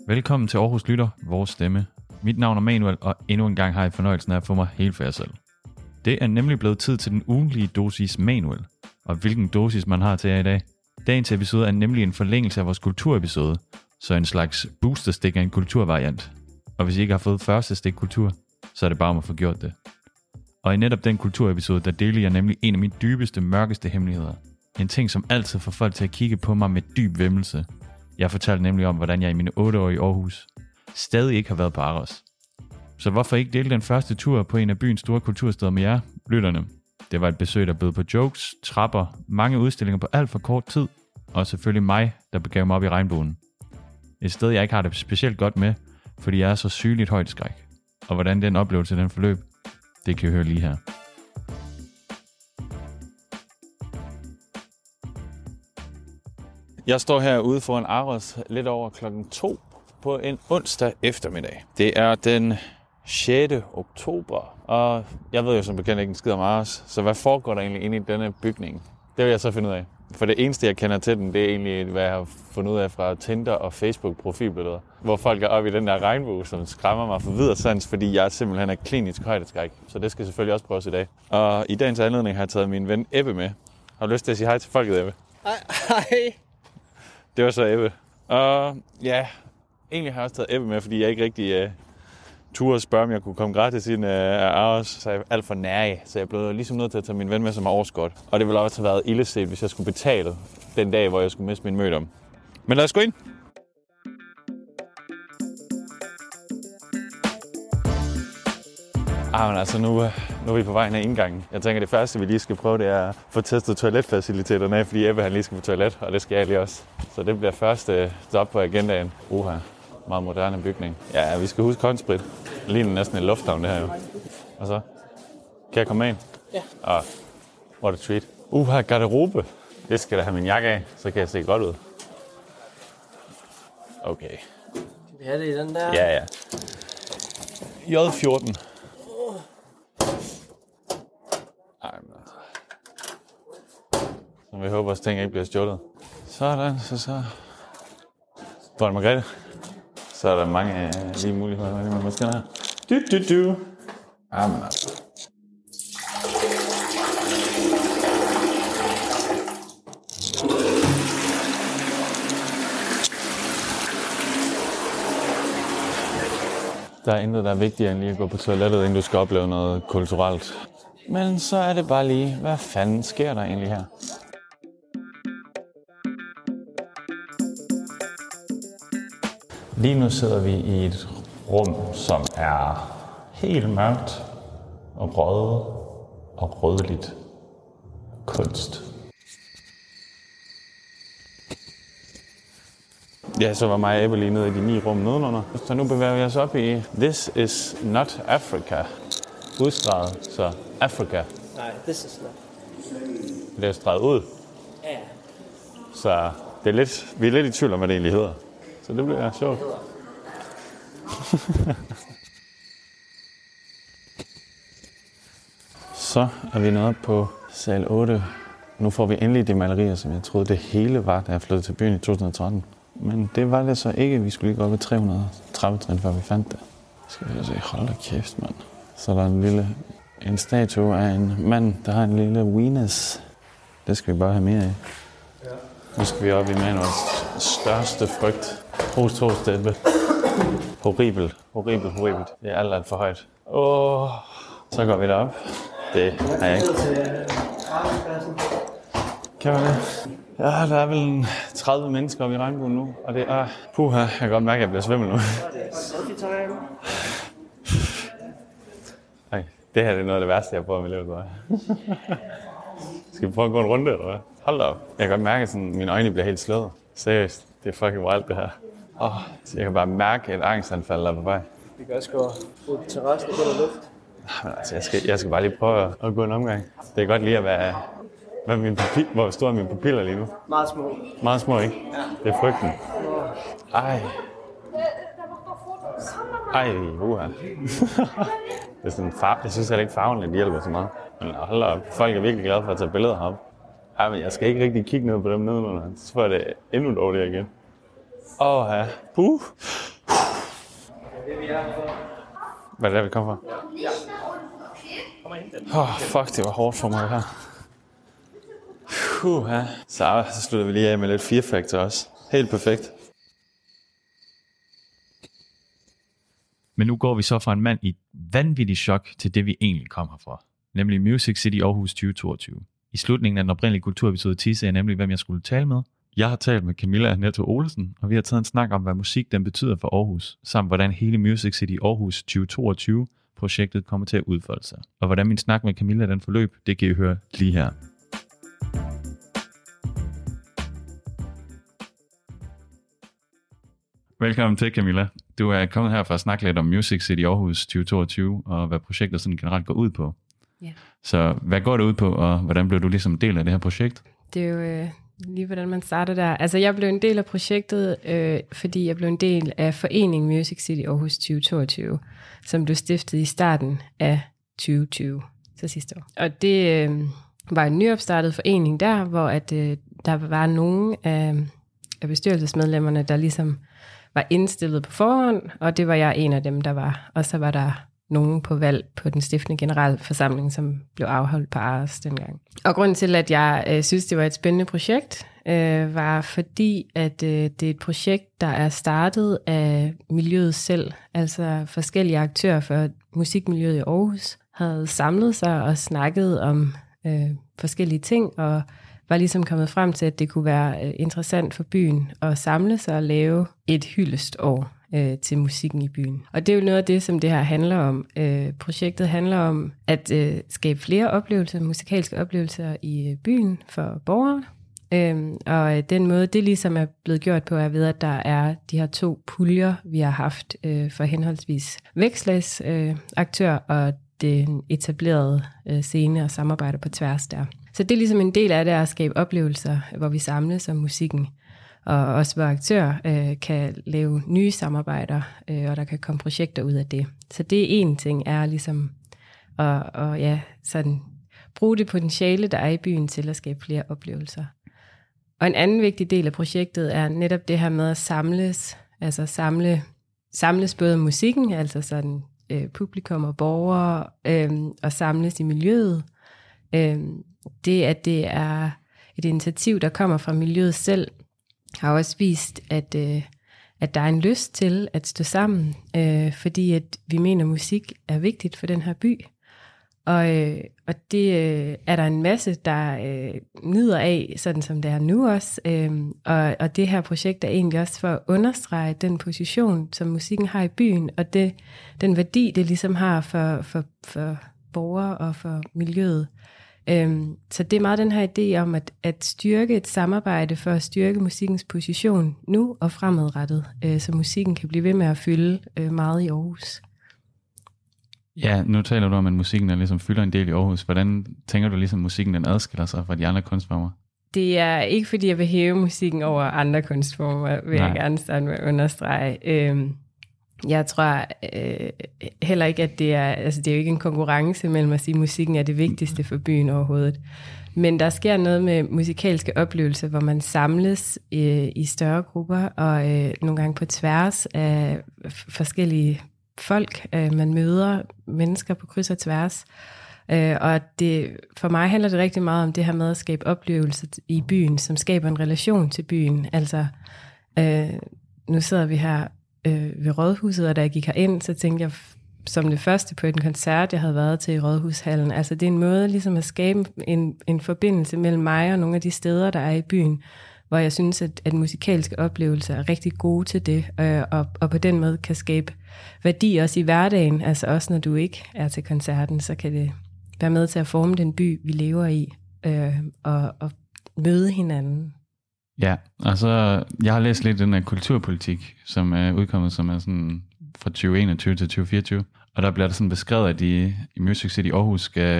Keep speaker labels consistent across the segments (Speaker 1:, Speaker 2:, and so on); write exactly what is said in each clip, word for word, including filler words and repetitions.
Speaker 1: Velkommen til Aarhus Lytter, vores stemme. Mit navn er Manuel, og endnu en gang har jeg fornøjelsen af at få mig helt for jer selv. Det er nemlig blevet tid til den ugentlige dosis Manuel. Og hvilken dosis man har til jer i dag. Dagens episode er nemlig en forlængelse af vores kulturepisode, så en slags boosterstik af en kulturvariant. Og hvis I ikke har fået første stik kultur, så er det bare om at få gjort det. Og i netop den kulturepisode, der deler jeg nemlig en af mine dybeste, mørkeste hemmeligheder. En ting, som altid får folk til at kigge på mig med dyb væmmelse. Jeg fortalte nemlig om, hvordan jeg i mine otte år i Aarhus stadig ikke har været på Aros. Så hvorfor ikke dele den første tur på en af byens store kultursteder med jer, lytterne? Det var et besøg, der bød på jokes, trapper, mange udstillinger på alt for kort tid, og selvfølgelig mig, der begav mig op i regnbuen. Et sted, jeg ikke har det specielt godt med, fordi jeg er så sygeligt højdeskræk. Og hvordan den oplevelse den forløb, det kan I høre lige her. Jeg står herude foran Aros lidt over klokken to på en onsdag eftermiddag. Det er den sjette oktober, og jeg ved jo som bekendt ikke en skid om Aros, så hvad foregår der egentlig inde i denne bygning? Det vil jeg så finde ud af. For det eneste, jeg kender til den, det er egentlig, hvad jeg har fundet ud af fra Tinder og Facebook-profilbilleder, hvor folk er oppe i den der regnbue, som skræmmer mig for videre sans, fordi jeg simpelthen er klinisk højdeskræk. Så det skal selvfølgelig også prøves i dag. Og i dagens anledning har jeg taget min ven Ebbe med. Har du lyst til at sige hej til folket, Ebbe?
Speaker 2: Hej, hej.
Speaker 1: Det var så Ebbe. Og ja, egentlig har jeg også taget Ebbe med, fordi jeg ikke rigtig uh, turde at spørge, om jeg kunne komme gratis ind uh, af Aros. Så jeg er alt for nærig, så jeg blev ligesom nødt til at tage min ven med som overskot. Og det ville også have været illeset, hvis jeg skulle betale den dag, hvor jeg skulle miste min mødom. Men lad os gå ind. Ah, men altså nu, nu er vi på vejen af indgangen. Jeg tænker, det første, vi lige skal prøve, det er at få testet toiletfaciliteterne af, fordi Ebbe han lige skal på toilet, og det skal jeg lige også. Så det bliver første stop på agendaen. Uha, meget moderne bygning. Ja, vi skal huske håndsprit. Det ligner næsten en lufthavn, det her jo. Og så, kan jeg komme ind?
Speaker 2: Ja.
Speaker 1: Ah, what a treat. Uha, garderobe. Det skal da have min jakke af, så kan jeg se godt ud. Okay.
Speaker 2: Kan vi have det i den der?
Speaker 1: Ja, ja. J fjorten. Så vi håber, at ting ikke bliver stjålet. Sådan, så så. Dronning Margrethe. Så er der mange uh, lige muligheder, hvad man måske har. Du, du, du. Jamen altså. Der er intet, der er vigtigere end lige at gå på toilettet, inden du skal opleve noget kulturelt. Men så er det bare lige, hvad fanden sker der egentlig her? Lige nu sidder vi i et rum, som er helt mørkt og røget og rødligt kunst. Ja, så var mig og Ebbe lige nede i de ni rum nedenunder. Så nu bevæger vi os op i This is not Africa. Udstreget, så Africa.
Speaker 2: Nej, this is not.
Speaker 1: Det er streget ud.
Speaker 2: Ja.
Speaker 1: Så det er lidt, vi er lidt i tvivl om, hvad det egentlig hedder. Så det bliver sjovt. Så er vi nået op på sal otte. Nu får vi endelig de malerier, som jeg troede det hele var, da jeg flyttede til byen i to tusind og tretten. Men det var det så ikke. Vi skulle lige gå op i tre hundrede og tredive trin, før vi fandt det. Skal vi se, hold da kæft, mand. Så der er en lille en statue af en mand, der har en lille weenus. Det skal vi bare have mere af. Ja. Nu skal vi op i Manuels største frygt. Host, host, Ebbe. Horribelt, horribelt, horribelt. Det er alt, alt for højt. Åh, oh, så går vi derop. Det har jeg ikke. Kan man det? Ja, der er vel tredive mennesker oppe i regnbuen nu, og det er... Puha, jeg kan godt mærke, at jeg bliver svimmel nu. Ej, det her er noget af det værste, jeg prøver med livet, tror jeg. Skal vi prøve at gå en runde, eller hvad? Hold da op. Jeg kan godt mærke, at sådan, mine øjne bliver helt slået. Seriøst, det er fucking vildt, det her. Åh, oh, jeg kan bare mærke et angstanfald, der er på vej.
Speaker 2: Vi kan også gå ud på terrassen og gå der luft.
Speaker 1: Men altså, jeg skal, jeg skal bare lige prøve at, at gå en omgang. Det er godt lige at være... Hvad min pupil, hvor store er mine pupiller lige nu?
Speaker 2: Meget små.
Speaker 1: Meget små, ikke? Ja. Det er frygten. Ej. Ej, uha. Det er sådan far... Jeg synes heller ikke farven lidt hjælper så meget. Men hold op, folk er virkelig glade for at tage billeder heroppe. Ej, men jeg skal ikke rigtig kigge ned på dem nedenunder. Så får jeg det endnu dårligere igen. Åh, ja. Puh. Hvad er det, vi kommer fra? Åh, oh, fuck, det var hårdt for mig det her. Puh, ja. Så, så slutter vi lige af med lidt Fear Factor også. Helt perfekt. Men nu går vi så fra en mand i vanvittig chok til det, vi egentlig kom herfra. Nemlig Music City Aarhus tyve toogtyve. I slutningen af den oprindelige kulturepisode teaser jeg nemlig, hvem jeg skulle tale med. Jeg har talt med Camilla Netto Olesen, og vi har taget en snak om, hvad musik den betyder for Aarhus, samt hvordan hele Music City Aarhus tyve toogtyve projektet kommer til at udfolde sig. Og hvordan min snak med Camilla den forløb, det kan I høre lige her. Velkommen til, Camilla. Du er kommet her for at snakke lidt om Music City Aarhus tyve toogtyve, og hvad projektet sådan generelt går ud på.
Speaker 3: Ja.
Speaker 1: Så hvad går det ud på, og hvordan blev du ligesom en del af det her projekt?
Speaker 3: Det er jo øh, lige, hvordan man starter der. Altså, jeg blev en del af projektet, øh, fordi jeg blev en del af foreningen Music City Aarhus tyve toogtyve, som blev stiftet i starten af tyve tyve, så sidste år. Og det øh, var en nyopstartet forening der, hvor at, øh, der var nogle af, af bestyrelsesmedlemmerne, der ligesom var indstillet på forhånd, og det var jeg en af dem, der var. Og så var der nogen på valg på den stiftende generalforsamling, som blev afholdt på Ares dengang. Og grunden til, at jeg øh, synes, det var et spændende projekt, øh, var fordi, at øh, det er et projekt, der er startet af miljøet selv. Altså forskellige aktører for musikmiljøet i Aarhus havde samlet sig og snakket om øh, forskellige ting, og var ligesom kommet frem til, at det kunne være øh, interessant for byen at samle sig og lave et hyldestår øh, til musikken i byen. Og det er jo noget af det, som det her handler om. Øh, projektet handler om at øh, skabe flere oplevelser, musikalske oplevelser i øh, byen for borgere. Øh, og øh, den måde, det ligesom er blevet gjort på, er ved, at der er de her to puljer, vi har haft øh, for henholdsvis Vækslags øh, aktør og den etablerede øh, scene og samarbejde på tværs der. Så det er ligesom en del af det at skabe oplevelser, hvor vi samles om musikken, og også hvor aktører øh, kan lave nye samarbejder, øh, og der kan komme projekter ud af det. Så det er en ting, er ligesom at og, ja, sådan, bruge det potentiale, der er i byen, til at skabe flere oplevelser. Og en anden vigtig del af projektet er netop det her med at samles, altså samle, samles både om musikken, altså sådan øh, publikum og borgere, øh, og samles i miljøet. Øh, det, at det er et initiativ, der kommer fra miljøet selv, har også vist, at, øh, at der er en lyst til at stå sammen, øh, fordi at vi mener, at musik er vigtigt for den her by. Og, øh, og det øh, er der en masse, der øh, nyder af, sådan som det er nu også. Øh, og, og det her projekt er egentlig også for at understrege den position, som musikken har i byen, og det, den værdi, det ligesom har for, for, for borgere og for miljøet. Øhm, så det er meget den her idé om at, at styrke et samarbejde for at styrke musikkens position nu og fremadrettet, øh, så musikken kan blive ved med at fylde øh, meget i Aarhus.
Speaker 1: Ja, nu taler du om, at musikken er ligesom fylder en del i Aarhus. Hvordan tænker du ligesom, at musikken den adskiller sig fra de andre kunstformer?
Speaker 3: Det er ikke fordi, jeg vil hæve musikken over andre kunstformer, vil Nej. jeg gerne starte med at understrege. Øhm, Jeg tror øh, heller ikke, at det er, altså det er jo ikke en konkurrence mellem at sige, at musikken er det vigtigste for byen overhovedet. Men der sker noget med musikalske oplevelser, hvor man samles øh, i større grupper, og øh, nogle gange på tværs af forskellige folk. Øh, man møder mennesker på kryds og tværs. Øh, og det, for mig handler det rigtig meget om det her med at skabe oplevelser i byen, som skaber en relation til byen. Altså, øh, nu sidder vi her ved Rådhuset, og da jeg gik herind, så tænkte jeg som det første på en koncert, jeg havde været til i Rådhushallen. Altså det er en måde ligesom at skabe en, en forbindelse mellem mig og nogle af de steder, der er i byen, hvor jeg synes, at, at musikalske oplevelser er rigtig gode til det, øh, og, og på den måde kan skabe værdi også i hverdagen. Altså også når du ikke er til koncerten, så kan det være med til at forme den by, vi lever i, øh, og, og møde hinanden.
Speaker 1: Ja, altså jeg har læst lidt den her kulturpolitik, som er udkommet, som er sådan fra tyve enogtyve til tyve fireogtyve, og der bliver der sådan beskrevet, at de i Music City Aarhus skal,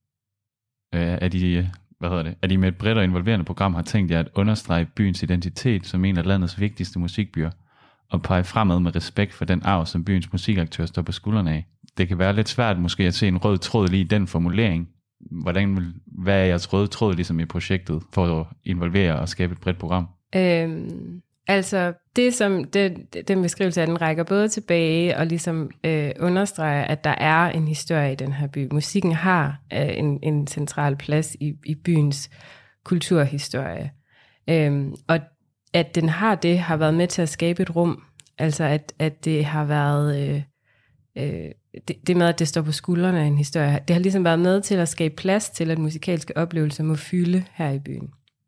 Speaker 1: øh, at de, hvad hedder det, at de med et bredt og involverende program har tænkt jer at understrege byens identitet som en af landets vigtigste musikbyer, og pege fremad med respekt for den arv, som byens musikaktører står på skuldrene af. Det kan være lidt svært måske at se en rød tråd lige i den formulering. Hvordan, hvad er jeres røde tråd ligesom i projektet for at involvere og skabe et bredt program?
Speaker 3: Øhm, Altså det som det, den beskrivelse af den rækker både tilbage og ligesom øh, understreger, at der er en historie i den her by. Musikken har øh, en, en central plads i, i byens kulturhistorie. Øhm, og at den har det, har været med til at skabe et rum. Altså at, at det har været... Øh, øh, det, det med, at det står på skuldrene af en historie, det har ligesom været med til at skabe plads til, at musikalske oplevelser må fylde her i byen.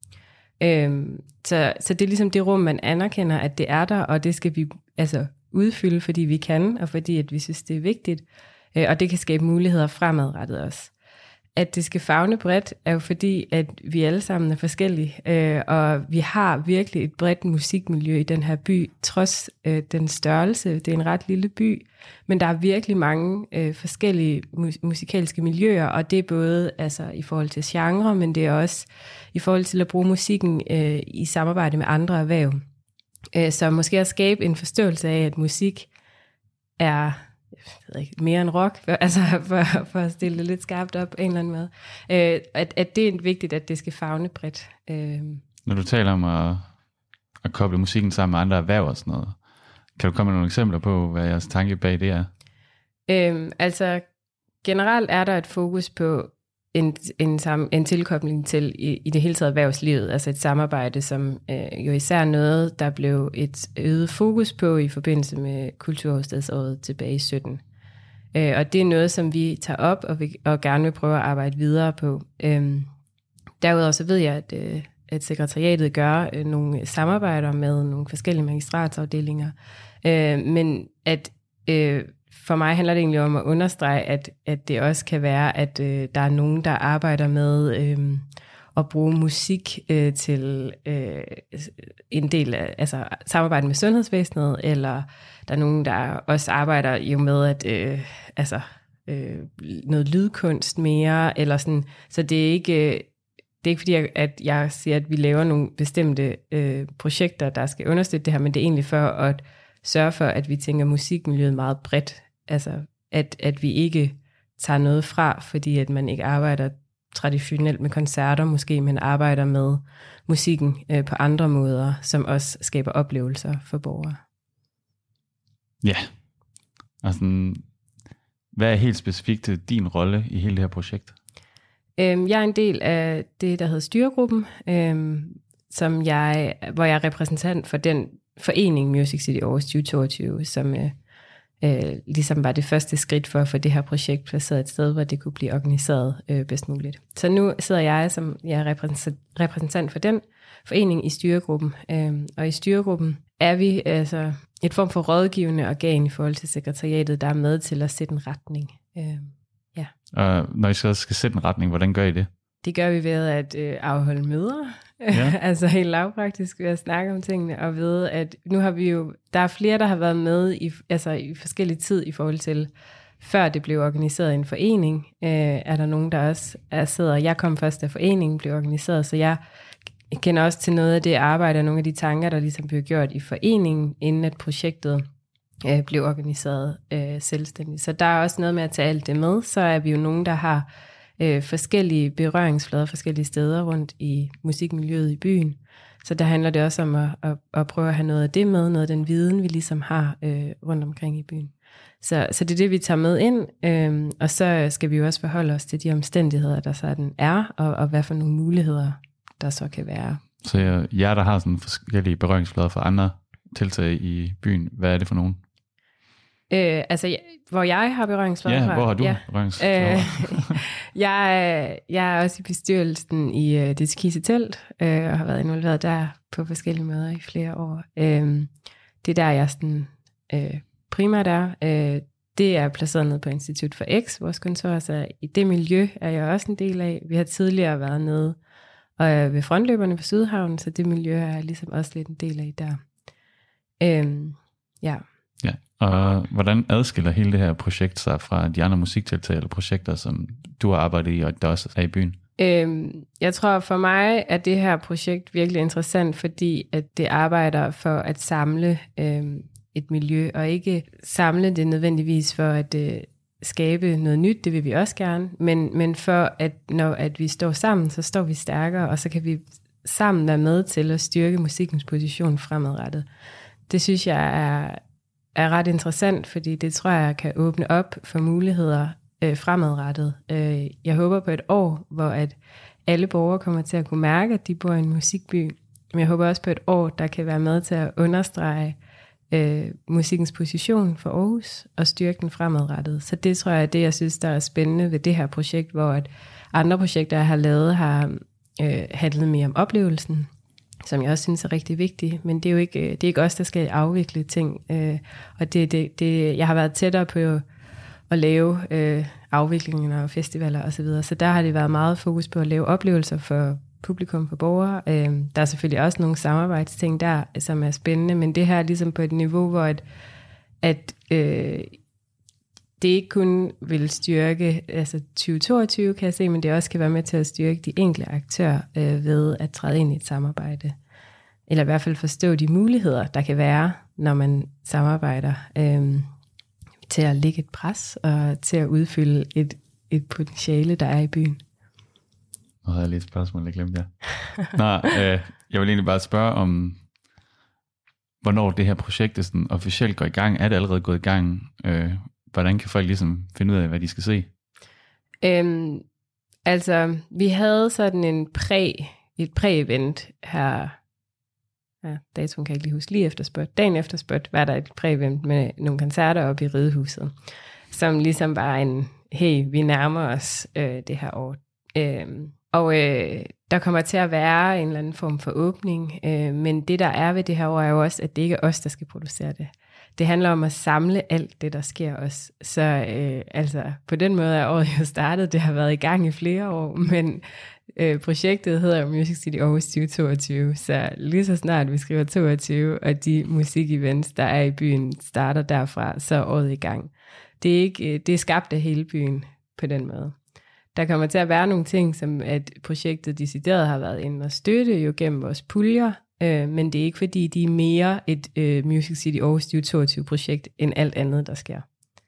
Speaker 3: Øhm, så, så det er ligesom det rum, man anerkender, at det er der, og det skal vi altså udfylde, fordi vi kan, og fordi at vi synes, det er vigtigt, øh, og det kan skabe muligheder fremadrettet også. At det skal favne bredt, er jo fordi, at vi alle sammen er forskellige, øh, og vi har virkelig et bredt musikmiljø i den her by, trods øh, den størrelse. Det er en ret lille by, men der er virkelig mange øh, forskellige mus- musikalske miljøer, og det er både altså, i forhold til genre, men det er også i forhold til at bruge musikken øh, i samarbejde med andre erhverv. Øh, så måske at skabe en forståelse af, at musik er... Jeg ved ikke, mere end rock, for, altså for, for at stille det lidt skarpt op på en eller anden måde. Øh, at, at det er vigtigt, at det skal favne bredt. Øh.
Speaker 1: Når du taler om at, at koble musikken sammen med andre erhverv og sådan noget, kan du komme med nogle eksempler på, hvad jeres tanke bag det er?
Speaker 3: Øh, altså generelt er der et fokus på en, en, sam, en tilkobling til i, i det hele taget erhvervslivet, altså et samarbejde, som øh, jo især noget, der blev et øget fokus på i forbindelse med Kulturhovedstadsåret tilbage i sytten. Øh, og det er noget, som vi tager op og, vi, og gerne vil prøve at arbejde videre på. Øh, derudover så ved jeg, at, øh, at sekretariatet gør øh, nogle samarbejder med nogle forskellige magistratsafdelinger, øh, men at øh, for mig handler det egentlig om at understrege, at, at det også kan være, at øh, der er nogen, der arbejder med øh, at bruge musik øh, til øh, en del af altså, samarbejde med sundhedsvæsenet, eller der er nogen, der også arbejder jo med at øh, altså, øh, noget lydkunst mere, eller sådan. Så det er ikke... Øh, Det er ikke fordi, at jeg siger, at vi laver nogle bestemte øh, projekter, der skal understøtte det her, men det er egentlig for at sørge for, at vi tænker musikmiljøet meget bredt. Altså, at, at vi ikke tager noget fra, fordi at man ikke arbejder traditionelt med koncerter måske, men arbejder med musikken øh, på andre måder, som også skaber oplevelser for borgere.
Speaker 1: Ja. Altså, hvad er helt specifikt din rolle i hele det her projekt?
Speaker 3: Øhm, jeg er en del af det, der hedder Styregruppen, øhm, som jeg, hvor jeg er repræsentant for den forening Music City Aarhus tyve toogtyve, som øh, øh, ligesom var det første skridt for at få det her projekt placeret et sted, hvor det kunne blive organiseret øh, bedst muligt. Så nu sidder jeg som jeg er repræsentant, repræsentant for den forening i Styregruppen, øhm, og i Styregruppen er vi altså et form for rådgivende organ i forhold til sekretariatet, der er med til at sætte en retning. Øhm, Ja.
Speaker 1: Og når I så skal sætte en retning, hvordan gør I det?
Speaker 3: Det gør vi ved at øh, afholde møder, ja. Altså helt lavpraktisk ved at snakke om tingene, og ved at nu har vi jo, der er flere, der har været med i, altså i forskellige tid i forhold til, før det blev organiseret i en forening, øh, er der nogen, der også er sidder, jeg kom først, da foreningen blev organiseret, så jeg kender også til noget af det arbejde, og nogle af de tanker, der ligesom blev gjort i foreningen, inden at projektet øh, blev organiseret øh, selvstændigt. Så der er også noget med at tage alt det med, så er vi jo nogen, der har øh, forskellige berøringsflader forskellige steder rundt i musikmiljøet i byen. Så der handler det også om at, at, at prøve at have noget af det med, noget af den viden, vi ligesom har øh, rundt omkring i byen. Så, så det er det, vi tager med ind, øh, og så skal vi jo også forholde os til de omstændigheder, der sådan er, og, og hvad for nogle muligheder, der så kan være.
Speaker 1: Så jer, der har sådan forskellige berøringsflader for andre tiltag i byen, hvad er det for nogen?
Speaker 3: Øh, altså, hvor jeg har berøringsflader
Speaker 1: ja,
Speaker 3: fra.
Speaker 1: hvor har du
Speaker 3: ja.
Speaker 1: berøringsflader?
Speaker 3: Øh, jeg, jeg er også i bestyrelsen i uh, det Skise Telt, øh, og har været involveret der på forskellige måder i flere år. Øh, det er der, jeg sådan, øh, primært er. Øh, det er placeret nede på Institut for X, vores kontor, så i det miljø er jeg også en del af. Vi har tidligere været nede og ved frontløberne på Sydhavn, så det miljø er jeg ligesom også lidt en del af der. Øh, ja.
Speaker 1: Ja, og hvordan adskiller hele det her projekt sig fra de andre musiktiltag eller projekter, som du har arbejdet i, og der også er i byen?
Speaker 3: Øhm, jeg tror for mig, at det her projekt virkelig interessant, fordi at det arbejder for at samle øhm, et miljø, og ikke samle det nødvendigvis for at øh, skabe noget nyt, det vil vi også gerne, men, men for at når at vi står sammen, så står vi stærkere, og så kan vi sammen være med til at styrke musikkens position fremadrettet. Det synes jeg er, er ret interessant, fordi det tror jeg kan åbne op for muligheder øh, fremadrettet. Øh, jeg håber på et år, hvor at alle borgere kommer til at kunne mærke, at de bor i en musikby. Men jeg håber også på et år, der kan være med til at understrege øh, musikkens position for Aarhus og styrke den fremadrettet. Så det tror jeg er det, jeg synes, der er spændende ved det her projekt, hvor at andre projekter, jeg har lavet, har øh, handlet mere om oplevelsen, som jeg også synes er rigtig vigtigt. Men det er jo ikke, det er ikke os, der skal afvikle ting. Øh, og det, det, det, jeg har været tættere på at lave øh, afviklinger og festivaler osv., så, så der har det været meget fokus på at lave oplevelser for publikum, for borgere. Øh, der er selvfølgelig også nogle samarbejdsting der, som er spændende, men det her er ligesom på et niveau, hvor at, at øh, det ikke kun vil styrke altså tyve toogtyve, kan jeg se, men det også kan være med til at styrke de enkelte aktører øh, ved at træde ind i et samarbejde. Eller i hvert fald forstå de muligheder, der kan være, når man samarbejder, øh, til at lægge et pres og til at udfylde et, et potentiale, der er i byen.
Speaker 1: Nu havde jeg lige et spørgsmål, jeg glemte jeg. Nå, øh, jeg vil egentlig bare spørge om, hvornår det her projekt er sådan officielt går i gang. Er det allerede gået i gang? Øh, hvordan kan folk ligesom finde ud af, hvad de skal se?
Speaker 3: Øhm, altså, vi havde sådan en præ, et præ-event her. Ja, datoen kan jeg ikke lige huske. Lige efter spot. Dagen efter spot var der et præ-event med nogle koncerter oppe i Ridehuset, som ligesom var en, hey, vi nærmer os øh, det her år. Øh, og øh, der kommer til at være en eller anden form for åbning, øh, men det der er ved det her år er jo også, at det ikke er os, der skal producere det. Det handler om at samle alt det, der sker også. Så øh, altså, på den måde er året jo startet. Det har været i gang i flere år, men øh, projektet hedder jo Music City Aarhus tyve toogtyve, så lige så snart vi skriver toogtyve, og de musikevents, der er i byen, starter derfra, så er året i gang. Det er, ikke, det er skabt af hele byen på den måde. Der kommer til at være nogle ting, som at projektet decideret har været inde og støtte jo gennem vores puljer, øh, men det er ikke fordi, de er mere et øh, Music City Aarhus tyve toogtyve projekt, end alt andet, der sker.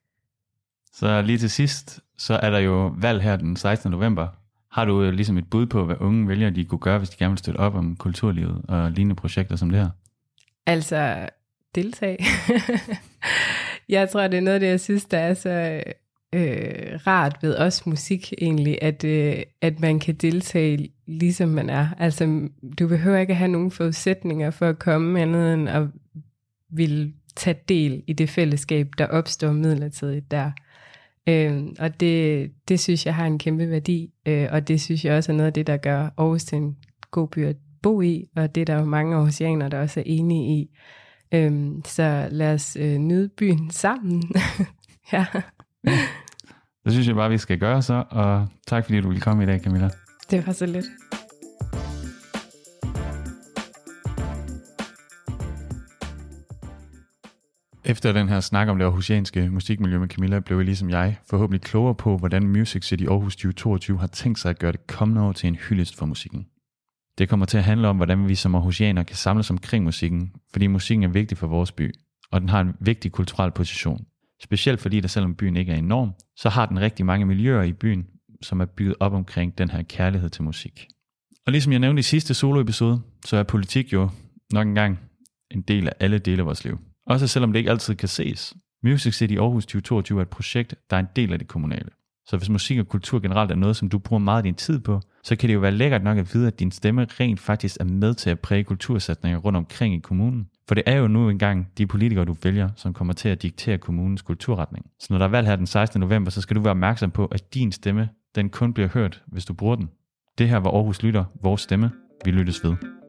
Speaker 1: Så lige til sidst, så er der jo valg her den sekstende november. Har du ligesom et bud på, hvad unge vælger, de kunne gøre, hvis de gerne vil støtte op om kulturlivet og lignende projekter som det her?
Speaker 3: Altså, deltag. Jeg tror, det er noget af det, jeg synes, der er så øh, rart ved os musik egentlig, at, øh, at man kan deltage ligesom man er. Altså, du behøver ikke at have nogen forudsætninger for at komme andet end at ville tage del i det fællesskab, der opstår midlertidigt der. Øh, og det, det synes jeg har en kæmpe værdi, øh, og det synes jeg også er noget af det, der gør Aarhus til en god by at bo i, og det er der jo mange aarhusianere, der også er enige i. Øh, så lad os øh, nyde byen sammen. Ja.
Speaker 1: Det synes jeg bare, vi skal gøre så, og tak fordi du ville komme i dag, Camilla.
Speaker 3: Det var så lidt.
Speaker 1: Efter den her snak om det aarhusianske musikmiljø med Camilla, blev jeg ligesom jeg forhåbentlig klogere på, hvordan Music City Aarhus tyve toogtyve har tænkt sig at gøre det kommende år til en hyldest for musikken. Det kommer til at handle om, hvordan vi som aarhusianer kan samles omkring musikken, fordi musikken er vigtig for vores by, og den har en vigtig kulturel position. Specielt fordi, der selvom byen ikke er enorm, så har den rigtig mange miljøer i byen, som er bygget op omkring den her kærlighed til musik. Og ligesom jeg nævnte i sidste soloepisode, så er politik jo nok engang en del af alle dele af vores liv. Også selvom det ikke altid kan ses. Music City Aarhus tyve toogtyve er et projekt, der er en del af det kommunale. Så hvis musik og kultur generelt er noget, som du bruger meget af din tid på, så kan det jo være lækkert nok at vide, at din stemme rent faktisk er med til at præge kultursætninger rundt omkring i kommunen. For det er jo nu engang de politikere, du vælger, som kommer til at diktere kommunens kulturretning. Så når der er valg her den sekstende november, så skal du være opmærksom på, at din stemme, den kun bliver hørt, hvis du bruger den. Det her var Aarhus Lytter, vores stemme. Vi lyttes ved.